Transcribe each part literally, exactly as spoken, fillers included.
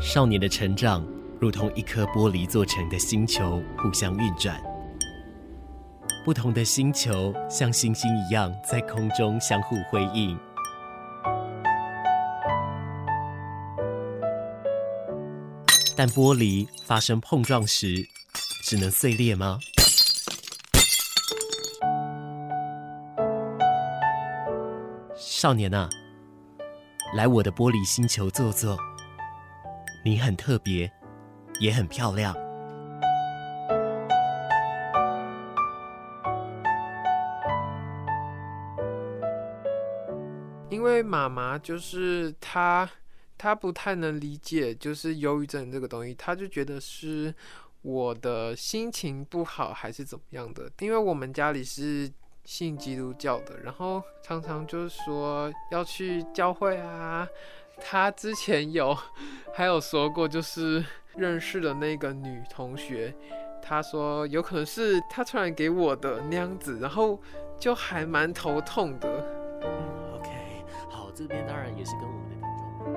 少年的成长如同一颗玻璃做成的星球互相运转，不同的星球像星星一样在空中相互辉映。但玻璃发生碰撞时，只能碎裂吗？少年啊，来我的玻璃星球坐坐。你很特别，也很漂亮。 因为妈妈就是她，她不太能理解就是忧郁症这个东西，她就觉得是我的心情不好还是怎么样的。因为我们家里是信基督教的，然后常常就是说要去教会啊。他之前有还有说过，就是认识的那个女同学，他说有可能是他传染给我的那样子，然后就还蛮头痛的。 嗯 OK， 好，这边当然也是跟我们的听众。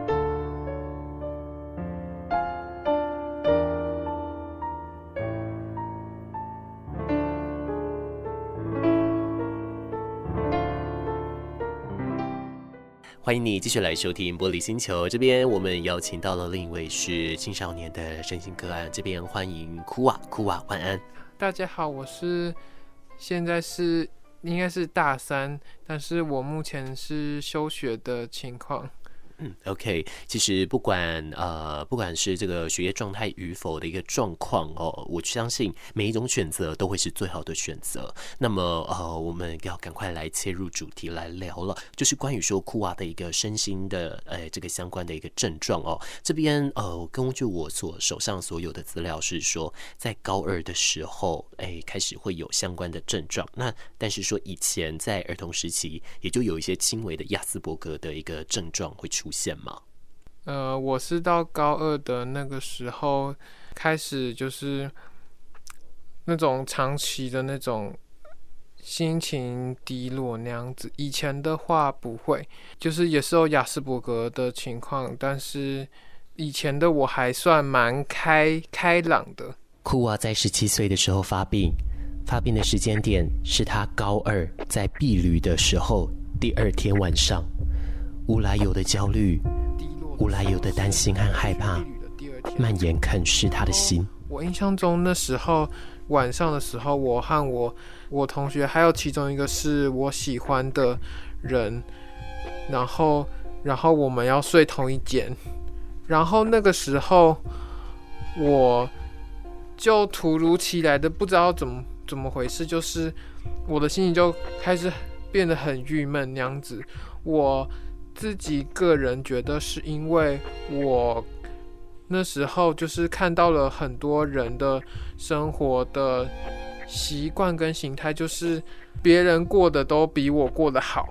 欢迎你继续来收听玻璃星球，这边我们邀请到了另一位是青少年的身心个案，这边欢迎库瓦，库瓦晚安。 大家好，我是现在是应该是大三，但是我目前是休学的情况。 嗯 ，OK， 其实不管呃，不管是这个学业状态与否的一个状况哦，我相信每一种选择都会是最好的选择。那么呃，我们要赶快来切入主题来聊了，就是关于说库瓦的一个身心的呃这个相关的一个症状哦。这边呃，根据我所手上所有的资料是说，在高二的时候，哎，开始会有相关的症状。那但是说以前在儿童时期，也就有一些轻微的亚斯伯格的一个症状会出现吗？ 呃，我是到高二的那个时候开始，就是那种长期的那种心情低落那样子。以前的话不会，就是也是有亚斯伯格的情况，但是以前的我还算蛮开开朗的。 库瓦在十七岁的时候发病，发病的时间点是他高二在毕旅的时候第二天晚上。无来由的焦虑，无来由的担心和害怕，蔓延啃噬他的心。 我印象中那时候晚上的时候，我和我我同学还有其中一个是我喜欢的人，然后然后我们要睡同一间，然后那个时候我就突如其来的不知道怎么怎么回事，就是我的心情就开始变得很郁闷那样子。我自己个人觉得是因为我那时候就是看到了很多人的生活的习惯跟形态，就是别人过得都比我过得好。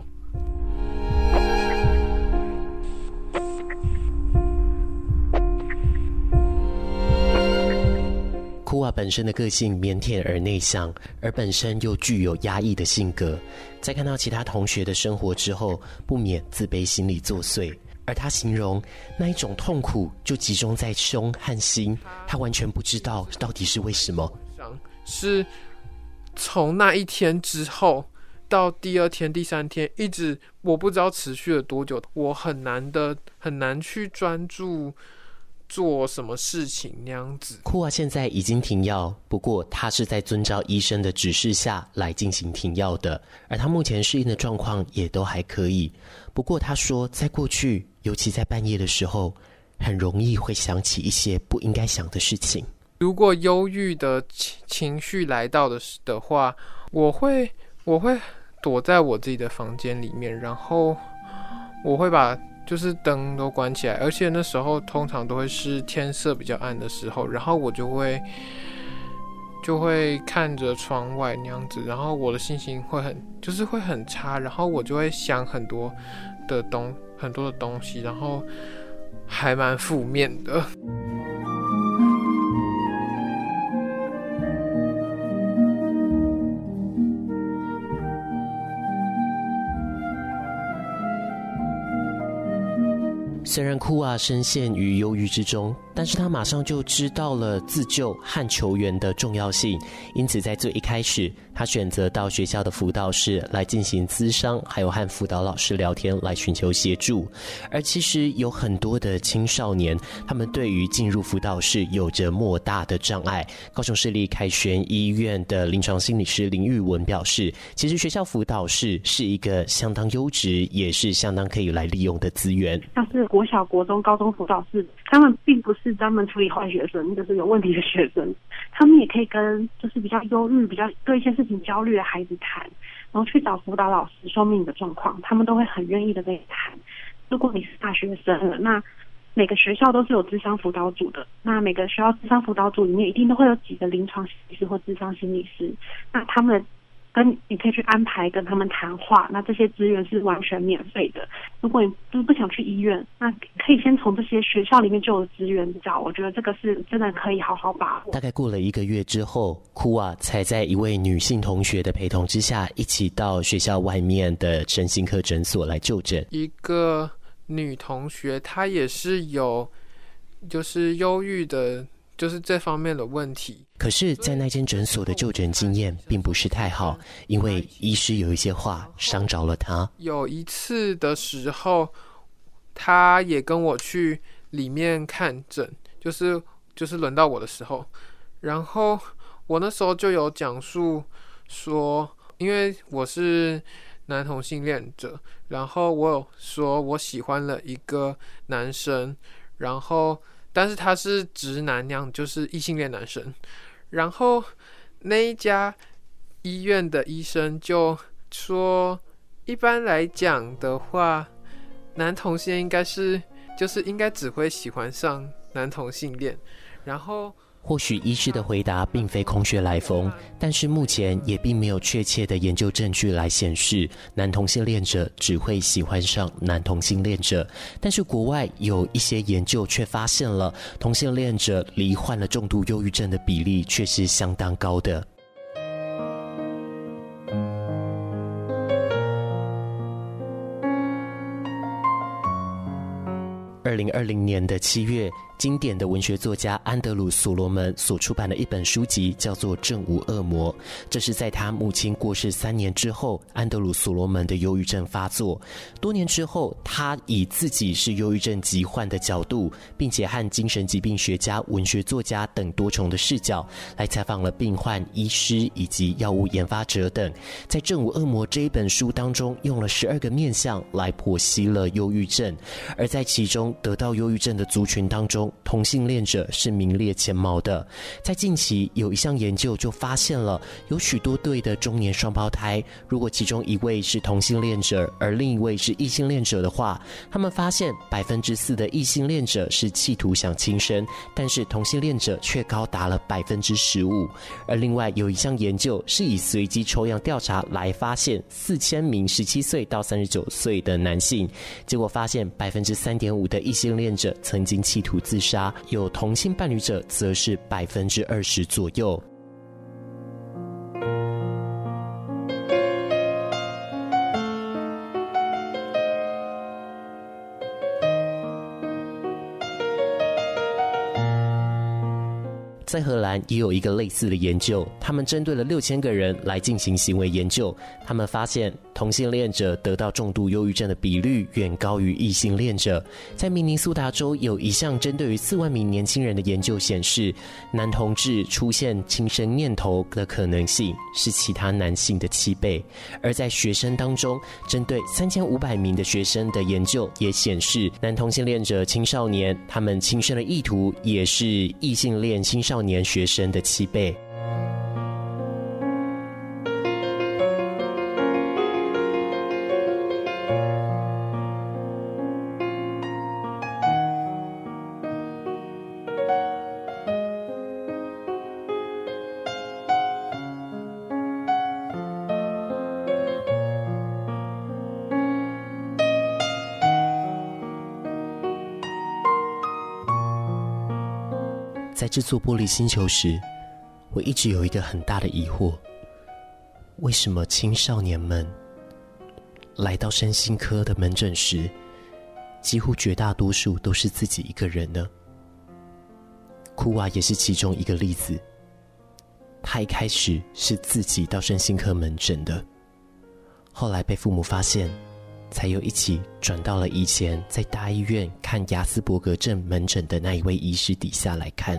库瓦本身的个性腼腆而内向，而本身又具有压抑的性格，在看到其他同学的生活之后，不免自卑心理作祟。而他形容那一种痛苦就集中在胸和心，他完全不知道到底是为什么。 是从那一天之后到第二天、第三天，一直我不知道持续了多久，我很难的很难去专注做什么事情那样子。 库瓦现在已经停药，不过他是在遵照医生的指示下来进行停药的，而他目前适应的状况也都还可以。不过他说，在过去，尤其在半夜的时候，很容易会想起一些不应该想的事情。 如果忧郁的情绪来到的的话，我会我会躲在我自己的房间里面，然后我会把就是灯都关起来，而且那时候通常都会是天色比较暗的时候，然后我就会就会看着窗外那样子，然后我的心情会很就是会很差，然后我就会想很多的东很多的东西，然后还蛮负面的。 虽然库瓦深陷于忧郁之中， 但是他马上就知道了自救和求援的重要性，因此在最一开始，他选择到学校的辅导室来进行咨商，还有和辅导老师聊天来寻求协助。而其实有很多的青少年，他们对于进入辅导室有着莫大的障碍。高雄市立凯旋医院的临床心理师林玉文表示，其实学校辅导室是一个相当优质，也是相当可以来利用的资源。 像是国小、国中、高中辅导室，他们并不是专门处理坏学生，就是有问题的学生，他们也可以跟就是比较忧郁、比较对一些事情焦虑的孩子谈，然后去找辅导老师说明你的状况，他们都会很愿意的跟你谈。如果你是大学生了，那每个学校都是有諮商辅導組的，那每個學校諮商輔導組裡面一定都會有幾個臨床心理師或諮商心理師，那他們跟你可以去安排跟他們談話，那這些資源是完全免費的。如果你不不想去醫院，那可以先從這些學校裡面就有資源找，我覺得這個是真的可以好好把握。 大概過了一個月之後，庫瓦才在一位女性同學的陪同之下，一起到學校外面的身心科診所來就診。 一個女同學她也是有就是憂鬱的，就是這方面的問題。 可是在那間診所的就診經驗並不是太好，因為醫師有一些話傷着了她。 有一次的時候她也跟我去裡面看診，就是就是輪到我的時候，然後我那時候就有講述說，因為我是男同性戀者，然後我有說我喜歡了一個男生，然後但是他是直男那樣，就是異性戀男生。然後那一家醫院的醫生就說，一般來講的話，男同性戀應該是就是應該只會喜歡上男同性戀。然後或許醫師的回答並非空穴來風，但是目前也並沒有確切的研究證據來顯示男同性戀者只會喜歡上男同性戀者。但是國外有一些研究卻發現了同性戀者罹患了重度憂鬱症的比例卻是相當高的。二零二零年的七月，经典的文学作家安德鲁·所罗门所出版的一本书籍叫做《正午恶魔》，这是在他母亲过世三年之后，安德鲁·所罗门的忧郁症发作。多年之后，他以自己是忧郁症疾患的角度，并且和精神疾病学家、文学作家等多重的视角，来采访了病患、医师以及药物研发者等。在《正午恶魔》这一本书当中，用了十二个面向来剖析了忧郁症，而在其中得到忧郁症的族群当中，同性恋者是名列前茅的。在近期有一项研究就发现了，有许多对的中年双胞胎，如果其中一位是同性恋者，而另一位是异性恋者的话，他们发现百分之四的异性恋者是企图想轻生，但是同性恋者却高达了百分之十五。而另外有一项研究是以随机抽样调查来发现四千名十七岁到三十九岁的男性，结果发现百分之三点五的异性恋者曾经企图自杀，有同性伴侣者则是百分之二十左右。在荷兰也有一个类似的研究，他们针对了六千个人来进行行为研究，他们发现同性恋者得到重度忧郁症的比率远高于异性恋者。在明尼苏达州有一项针对于四万名年轻人的研究显示，男同志出现轻生念头的可能性是其他男性的七倍。而在学生当中，针对三千五百名的学生的研究也显示，男同性恋者青少年他们轻生的意图也是异性恋青少年学生的七倍。在制作玻璃星球时，我一直有一个很大的疑惑，为什么青少年们来到身心科的门诊时，几乎绝大多数都是自己一个人呢？ 库瓦也是其中一个例子。他一开始是自己到身心科门诊的，后来被父母发现，才又一起转到了以前在大医院看亚斯伯格症门诊的那一位医师底下来看。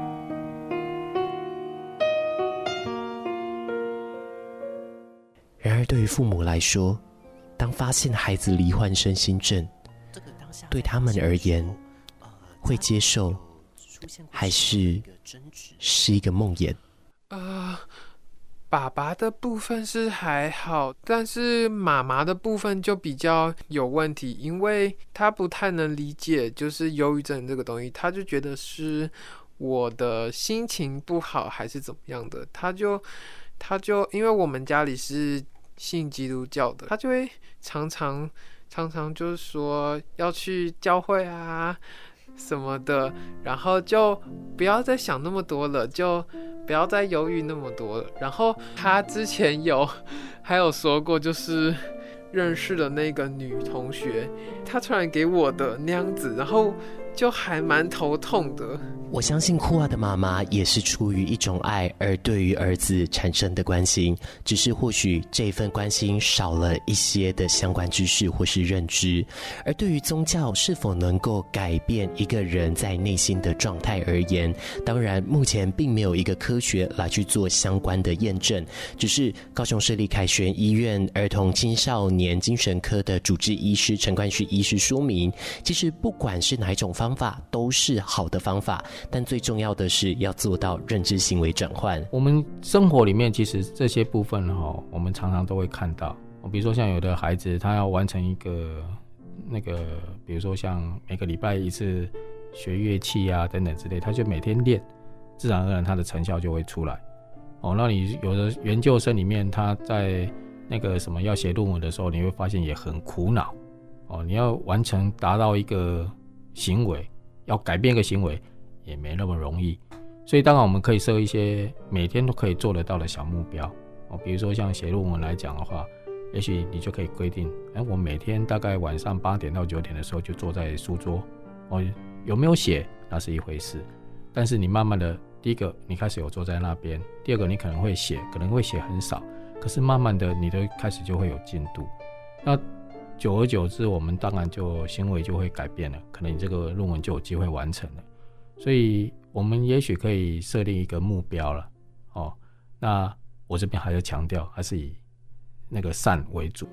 然而对于父母来说，当发现孩子罹患身心症，对他们而言，会接受还是是一个梦魇？ 呃，爸爸的部分是还好，但是妈妈的部分就比较有问题，因为他不太能理解就是忧郁症这个东西，他就觉得是我的心情不好还是怎么样的，他就他就因为我们家里是信基督教的，他就会常常常常就是说要去教会啊什么的，然后就不要再想那么多了，就不要再犹豫那么多了。然后他之前有还有说过，就是认识的那个女同学，她传染给我的那样子，然后就还蛮头痛的。 我相信库瓦的妈妈也是出于一种爱而对于儿子产生的关心，只是或许这份关心少了一些的相关知识或是认知。而对于宗教是否能够改变一个人在内心的状态而言，当然目前并没有一个科学来去做相关的验证，只是高雄市立凯旋医院儿童青少年精神科的主治医师陈冠旭医师说明，其实不管是哪一种方法都是好的方法，但最重要的是要做到认知行为转换。 我们生活里面其实这些部分、哦、我们常常都会看到，比如说像有的孩子他要完成一个那个比如说像每个礼拜一次学乐器啊等等之类，他就每天练，自然而然他的成效就会出来。哦，那你有的研究生里面他在那个什么要写论文的时候，你会发现也很苦恼。哦，你要完成达到一个行为，要改变一个行为也没那么容易，所以当然我们可以设一些每天都可以做得到的小目标、哦、比如说像写论文来讲的话，也许你就可以规定，哎，我每天大概晚上八点到九点的时候就坐在书桌、哦、有没有写那是一回事，但是你慢慢的，第一个你开始有坐在那边，第二个你可能会写，可能会写很少，可是慢慢的你的开始就会有进度，那久而久之我们当然就行为就会改变了，可能你这个论文就有机会完成了。所以我们也许可以设定一个目标了、哦、那我这边还是强调还是以那个善为主。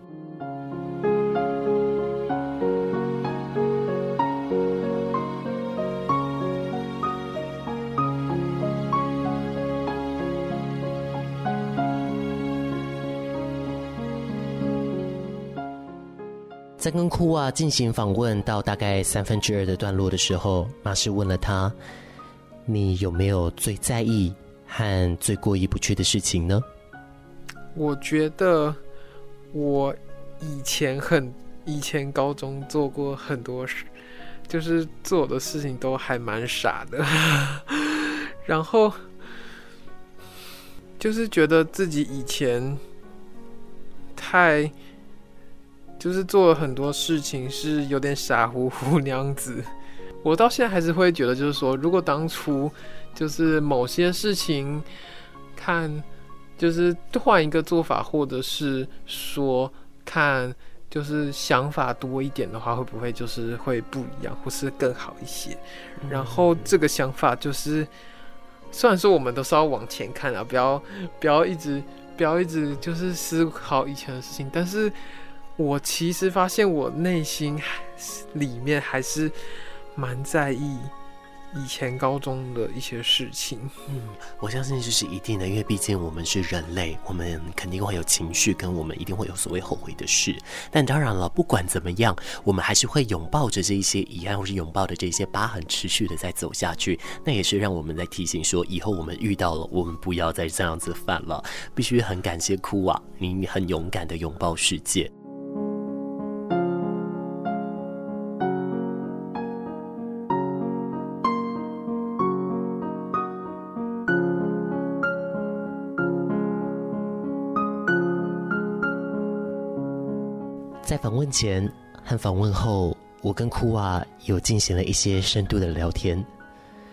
在跟库瓦进行访问到大概三分之二的段落的时候，马士问了他，你有没有最在意和最过意不去的事情呢？ 我觉得我以前很以前高中做过很多事，就是做的事情都还蛮傻的然后就是觉得自己以前太就是做了很多事情是有点傻乎乎那样子，我到现在还是会觉得，就是说如果当初就是某些事情看就是换一个做法，或者是说看就是想法多一点的话，会不会就是会不一样，或是更好一些。然后这个想法就是虽然说我们都是要往前看啊，不要不要一直不要一直就是思考以前的事情，但是我其实发现我内心里面还是蛮在意以前高中的一些事情。 嗯，我相信这是一定的，因为毕竟我们是人类，我们肯定会有情绪，跟我们一定会有所谓后悔的事。但当然了，不管怎么样，我们还是会拥抱着这一些遗憾，或是拥抱着这些疤痕，持续的再走下去。那也是让我们在提醒说，以后我们遇到了，我们不要再这样子犯了。必须很感谢库瓦，你很勇敢的拥抱世界。在访问前和访问后，我跟库瓦有进行了一些深度的聊天。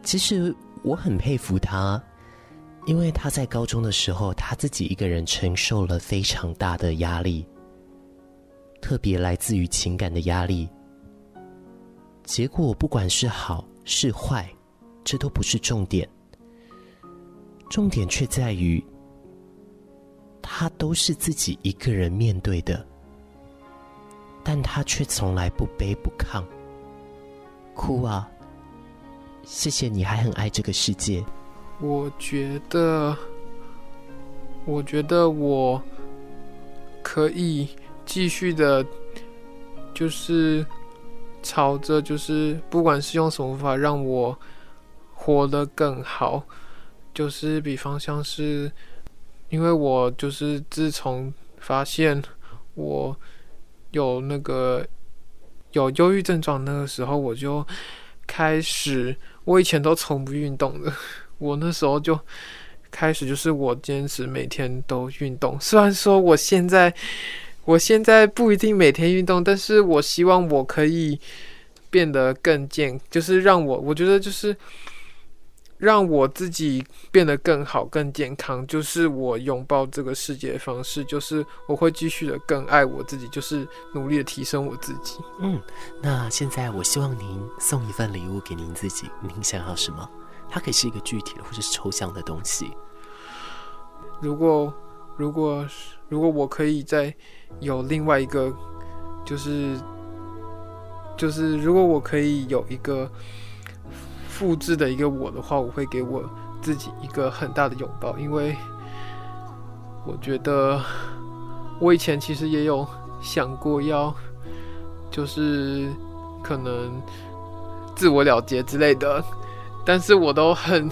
其实我很佩服他，因为他在高中的时候，他自己一个人承受了非常大的压力，特别来自于情感的压力。结果不管是好是坏，这都不是重点，重点却在于他都是自己一个人面对的，但他却从来不卑不亢。哭啊，谢谢你还很爱这个世界。 我觉得我觉得我可以继续的就是朝着就是不管是用什么方法让我活得更好，就是比方像是因为我就是自从发现我有那个有忧郁症状那个时候，我就开始，我以前都从不运动的，我那时候就开始就是我坚持每天都运动。虽然说我现在我现在不一定每天运动，但是我希望我可以变得更健，就是让我我觉得就是让我自己变得更好更健康，就是我拥抱这个世界的方式，就是我会继续的更爱我自己，就是努力的提升我自己。 嗯，那现在我希望您送一份礼物给您自己，您想要什么？它可以是一个具体的或者是抽象的东西。 如果如果如果我可以再有另外一个，就是就是如果我可以有一个复制的一个我的话，我会给我自己一个很大的拥抱，因为我觉得我以前其实也有想过要就是可能自我了结之类的，但是我都很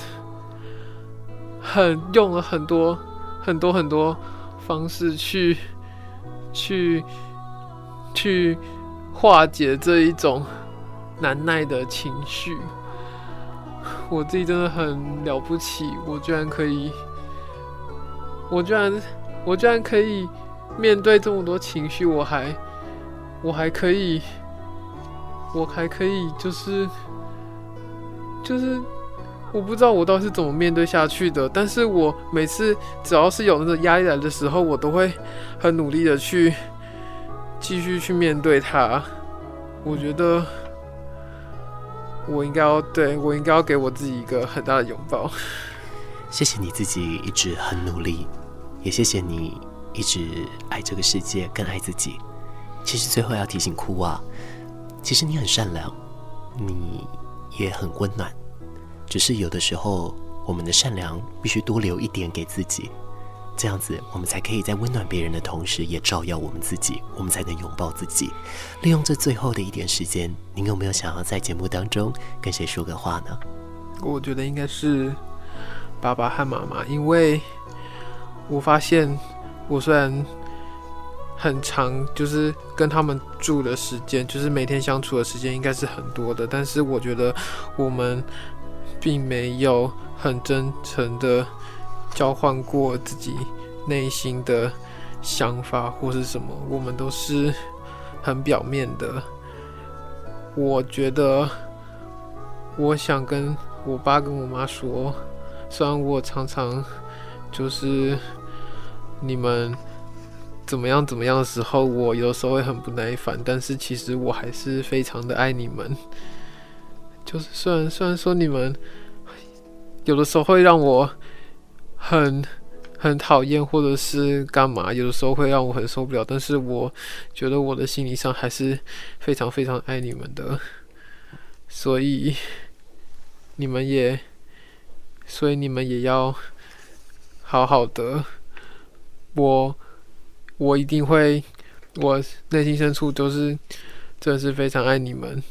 很用了很多很多很多方式去去去化解这一种难耐的情绪。我自己真的很了不起，我居然可以，我居然，我居然可以面对这么多情绪，我还，我还可以，我还可以，就是，就是，我不知道我到底是怎么面对下去的。但是我每次只要是有那种压力来的时候，我都会很努力的去继续去面对它。我觉得。我应该要对我应该要给我自己一个很大的拥抱。 谢谢你自己一直很努力，也谢谢你一直爱这个世界，更爱自己。其实最后要提醒哭啊，其实你很善良，你也很温暖，只是有的时候我们的善良必须多留一点给自己，这样子我们才可以在温暖别人的同时也照耀我们自己，我们才能拥抱自己。利用这最后的一点时间，您有没有想要在节目当中跟谁说个话呢？ 我觉得应该是爸爸和妈妈，因为我发现我虽然很长，就是跟他们住的时间，就是每天相处的时间应该是很多的，但是我觉得我们并没有很真诚的交换过自己内心的想法或是什么，我们都是很表面的。我觉得我想跟我爸跟我妈说，虽然我常常就是你们怎么样怎么样的时候，我有时候会很不耐烦，但是其实我还是非常的爱你们。就是虽然虽然说你们有的时候会让我很很讨厌，或者是干嘛，有的时候会让我很受不了，但是我觉得我的心理上还是非常非常爱你们的，所以你们也所以你们也要好好的，我我一定会，我内心深处都是真的是非常爱你们。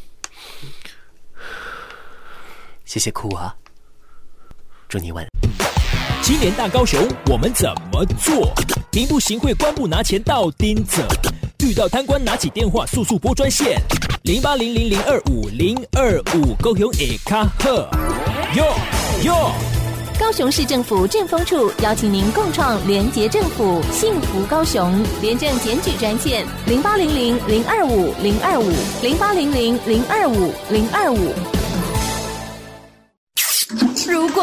谢谢酷啊，祝你晚安。 青年大高雄，我们怎么做？民部行贿官部拿钱到丁子，遇到贪官拿起电话速速拨专线零八零零零二五零二五，高雄会较好。哟哟， 高雄市政府政风处邀请您共创联结政府，幸福高雄。廉政检举专线零八零零零二五零二五零八零零零二五零二五。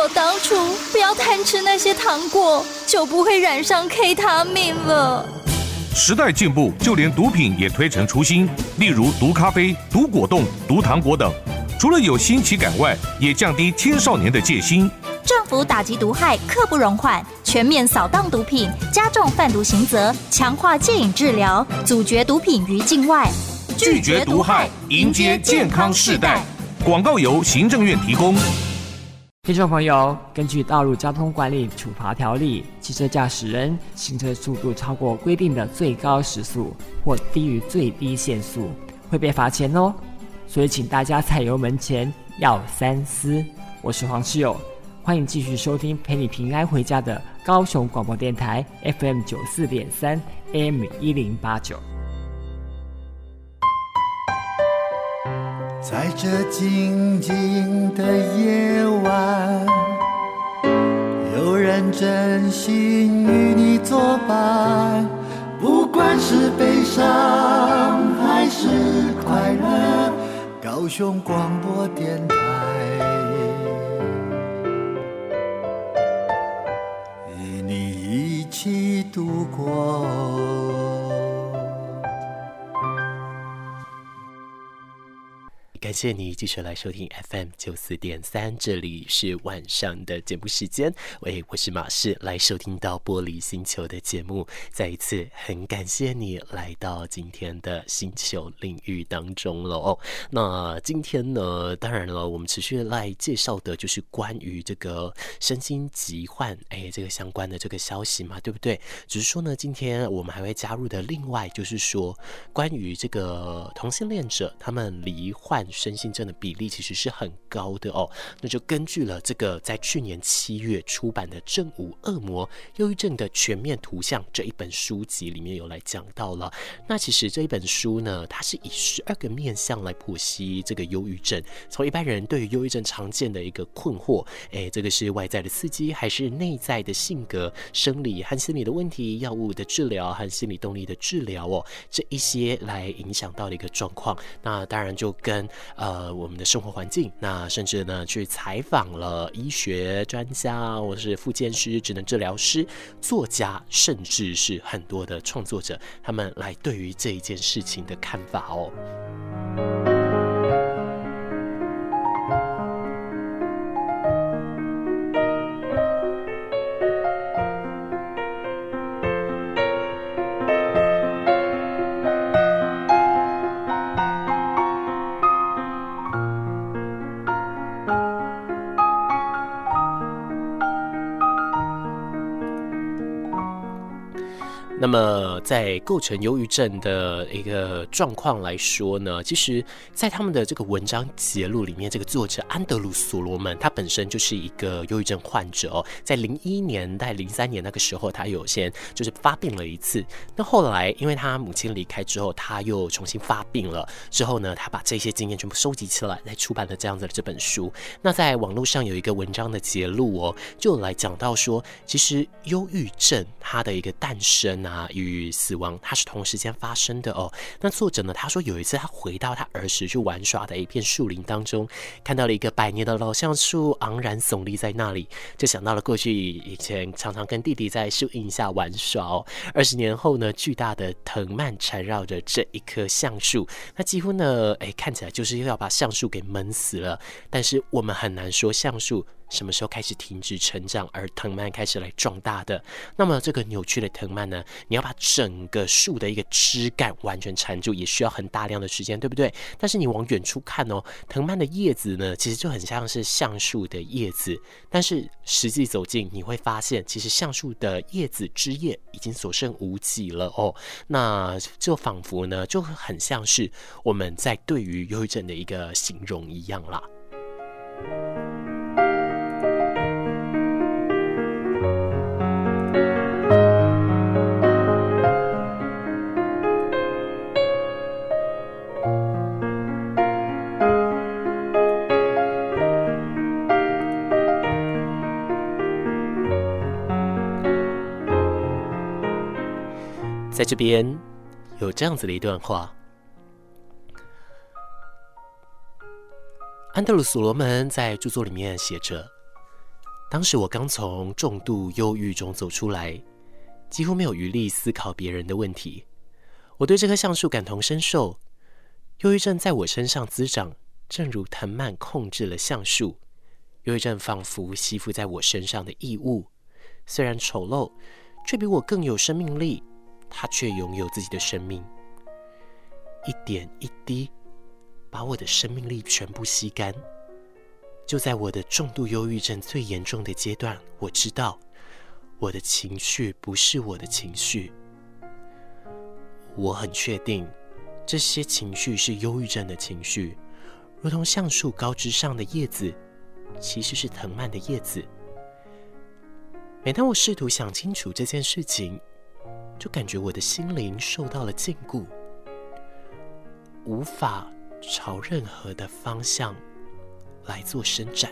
果当初不要贪吃那些糖果，就不会染上 K 他命了。 时代进步，就连毒品也推陈出新，例如毒咖啡、毒果冻、毒糖果等。除了有新奇感外，也降低青少年的戒心。 政府打击毒害刻不容缓，全面扫荡毒品，加重贩毒刑责，强化戒瘾治疗，阻绝毒品于境外， 拒绝毒害，迎接健康世代。广告由行政院提供。 听众朋友，根据《道路交通管理处罚条例》，汽车驾驶人行车速度超过规定的最高时速或低于最低限速，会被罚钱哦。所以请大家踩油门前要三思。我是黄世友，欢迎继续收听陪你平安回家的高雄广播电台 F M 九四点三 A M 一零八九。 在这静静的夜晚，有人真心与你作伴，不管是悲伤还是快乐，高雄广播电台与你一起度过。 感谢你继续来收听 F M 九四点三，这里是晚上的节目时间。喂，我是马氏，来收听到玻璃星球的节目。再一次很感谢你来到今天的星球领域当中了哦。那今天呢，当然了，我们持续来介绍的就是关于这个身心疾患哎这个相关的这个消息嘛，对不对？只是说呢，今天我们还会加入的另外就是说，关于这个同性恋者他们罹患身心症的比例其实是很高的哦。那就根据了这个在去年七月出版的《正午恶魔：忧郁症的全面图像》这一本书籍里面有来讲到了。那其实这一本书呢，它是以十二个面向来剖析这个忧郁症，从一般人对于忧郁症常见的一个困惑，哎，这个是外在的刺激还是内在的性格、生理和心理的问题、药物的治疗和心理动力的治疗哦，这一些来影响到的一个状况。那当然就跟呃，我们的生活环境，那甚至呢，去采访了医学专家，或是复健师、职能治疗师、作家，甚至是很多的创作者，他们来对于这一件事情的看法哦。那么在构成忧郁症的一个状况来说呢，其实在他们的这个文章节录里面，这个作者安德鲁·所罗门他本身就是一个忧郁症患者哦，在零一年代、零三年那个时候，他有先就是发病了一次。那后来因为他母亲离开之后，他又重新发病了。之后呢，他把这些经验全部收集起来，来出版了这样子的这本书。那在网络上有一个文章的节录哦，就来讲到说，其实忧郁症它的一个诞生啊。与死亡它是同时间发生的哦。那作者呢，他说有一次他回到他儿时去玩耍的一片树林当中，看到了一个百年的老橡树昂然耸立在那里，就想到了过去以前常常跟弟弟在树荫下玩耍哦。二十年后呢，巨大的藤蔓缠绕着这一棵橡树，那几乎呢，哎，看起来就是要把橡树给闷死了。但是我们很难说橡树什么时候开始停止成长，而藤蔓开始来壮大的。那么这个扭曲的藤蔓呢，你要把整个树的一个枝干完全缠住，也需要很大量的时间，对不对？但是你往远处看哦，藤蔓的叶子呢，其实就很像是橡树的叶子，但是实际走近，你会发现，其实橡树的叶子枝叶已经所剩无几了哦。那就仿佛呢，就很像是我们在对于忧郁症的一个形容一样啦。在这边有这样子的一段话，安德鲁·所罗门在著作里面写着： 当时我刚从重度忧郁中走出来，几乎没有余力思考别人的问题。我对这棵橡树感同身受，忧郁症在我身上滋长，正如藤蔓控制了橡树。忧郁症仿佛吸附在我身上的异物，虽然丑陋，却比我更有生命力。它却拥有自己的生命，一点一滴把我的生命力全部吸干。就在我的重度忧郁症最严重的阶段，我知道我的情绪不是我的情绪，我很确定这些情绪是忧郁症的情绪，如同橡树高枝上的叶子其实是藤蔓的叶子。每当我试图想清楚这件事情，就感觉我的心灵受到了禁锢，无法朝任何的方向来做伸展。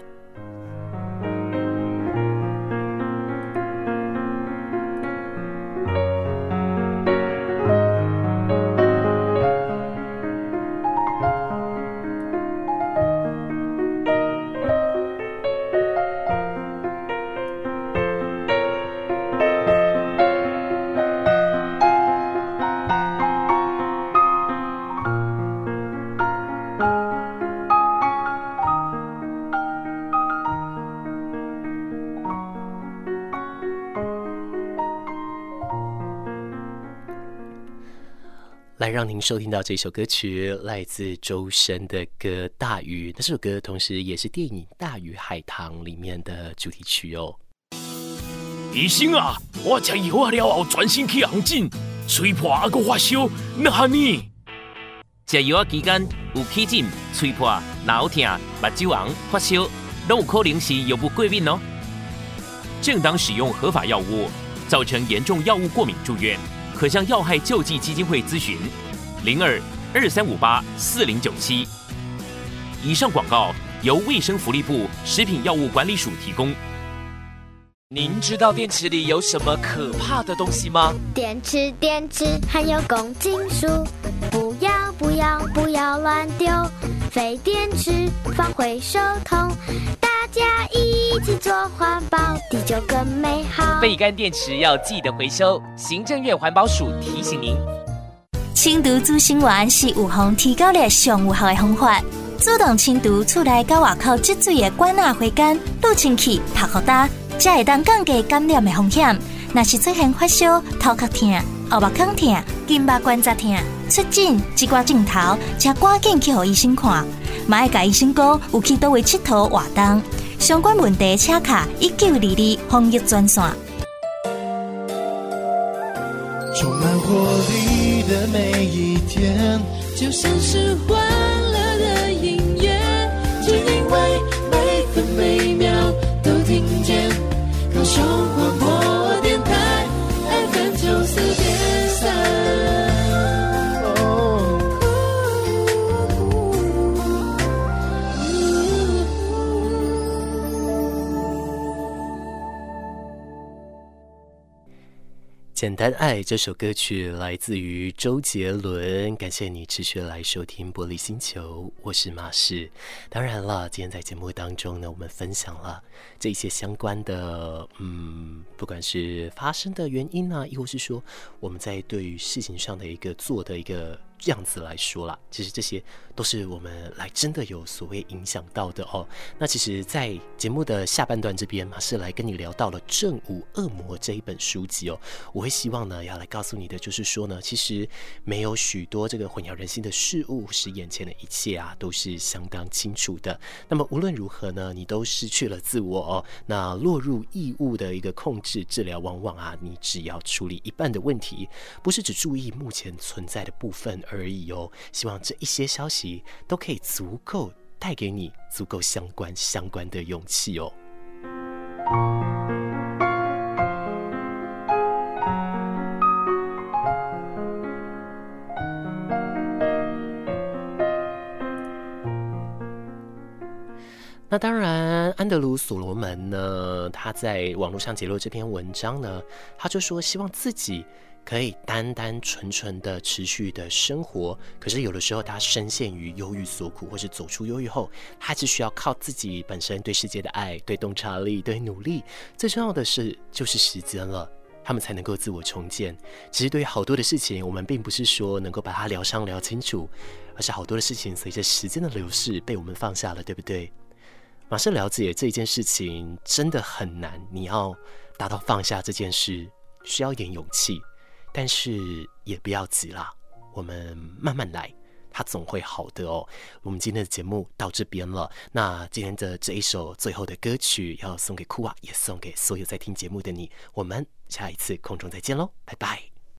来让您收听到这首歌曲，来自周深的歌《大鱼》。那这首歌同时也是电影《大鱼海棠》里面的主题曲哦。 医生啊，我吃药啊了后，全身起红疹，吹破还佫发烧，那呢？ 吃药啊期间有起疹、吹破、脑痛、目睭红、发烧，都有可能是药物过敏哦。 正当使用合法药物，造成严重药物过敏住院，可向药害救济基金会咨询，零二二三五八四零九七。以上广告由卫生福利部食品药物管理署提供。 您知道电池里有什么可怕的东西吗？ 电池，电池含有汞金属，不要不要不要乱丢，废电池放回收桶，大家一起做环保，地球更美好。 废干电池要记得回收，行政院环保署提醒您。 清除主生源是预防提高率上有效的方法。主动清除厝内甲外口积水的管啊、花干、滤清器、拍互干，才会当降低感染的风险。若是出现发烧、头壳痛、后目孔痛、筋膜关节痛、出疹、一挂镜头，请赶紧去予医生看。嘛要甲医生讲有去倒位佚佗活动，相关问题请卡一九二二防疫专线。 充满活力的每一天， 就像是欢乐的音乐， 只因为每分每秒都听见高雄广播电台 F M 九四点三。 简单爱这首歌曲来自于周杰伦，感谢你持续来收听玻璃星球，我是马士。当然了，今天在节目当中呢，我们分享了这一些相关的嗯，不管是发生的原因啊，亦或是说我们在对于事情上的一个做的一个样子来说啦，其实这些都是我们来真的有所谓影响到的哦。那其实在节目的下半段这边，马士来跟你聊到了《正午恶魔》这一本书籍哦，我会希望呢要来告诉你的就是说呢，其实没有许多这个混淆人心的事物，使眼前的一切啊都是相当清楚的。那么无论如何呢，你都失去了自我哦，那落入异物的一个控制治疗，往往啊你只要处理一半的问题，不是只注意目前存在的部分而已哦。希望这一些消息都可以足够带给你足够相关相关的勇气哦。那当然，安德鲁·所罗门呢，他在网络上揭露这篇文章呢，他就说希望自己可以单单纯纯的持续的生活，可是有的时候他深陷于忧郁所苦，或是走出忧郁后，他是需要靠自己本身对世界的爱、对洞察力、对努力，最重要的是就是时间了，他们才能够自我重建。其实对于好多的事情，我们并不是说能够把它疗伤疗清楚，而是好多的事情随着时间的流逝被我们放下了，对不对？马上了解这一件事情真的很难，你要达到放下这件事需要一点勇气，但是也不要急啦，我们慢慢来，它总会好的哦。我们今天的节目到这边了，那今天的这一首最后的歌曲要送给酷啊，也送给所有在听节目的你，我们下一次空中再见喽，拜拜。